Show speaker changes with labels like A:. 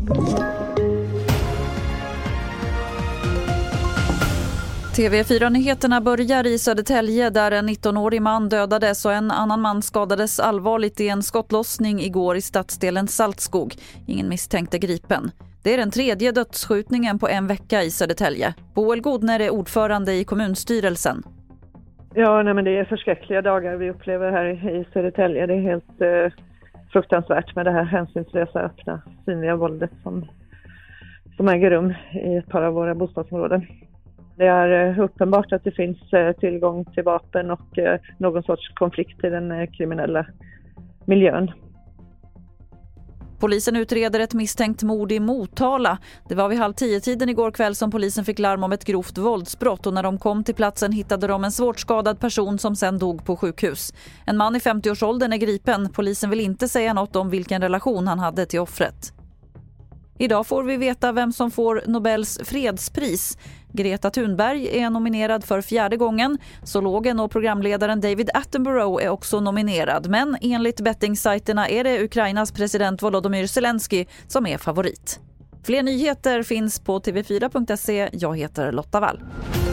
A: TV4-nyheterna börjar i Södertälje där en 19-årig man dödades och en annan man skadades allvarligt i en skottlossning igår i stadsdelen Saltskog. Ingen misstänkte gripen. Det är den 3:e dödsskjutningen på en vecka i Södertälje. Boel Godner är ordförande i kommunstyrelsen.
B: Ja, men det är förskräckliga dagar vi upplever här i Södertälje. Det är helt fruktansvärt med det här hänsynslösa, öppna, synliga våldet som äger rum i ett par av våra bostadsområden. Det är uppenbart att det finns tillgång till vapen och någon sorts konflikt i den kriminella miljön.
A: Polisen utreder ett misstänkt mord i Motala. Det var vid 9:30 igår kväll som polisen fick larm om ett grovt våldsbrott och när de kom till platsen hittade de en svårt skadad person som sen dog på sjukhus. En man i 50-årsåldern är gripen. Polisen vill inte säga något om vilken relation han hade till offret. Idag får vi veta vem som får Nobels fredspris. Greta Thunberg är nominerad för 4:e gången. Zoologen och programledaren David Attenborough är också nominerad. Men enligt bettingsajterna är det Ukrainas president Volodymyr Zelensky som är favorit. Fler nyheter finns på tv4.se. Jag heter Lotta Wall.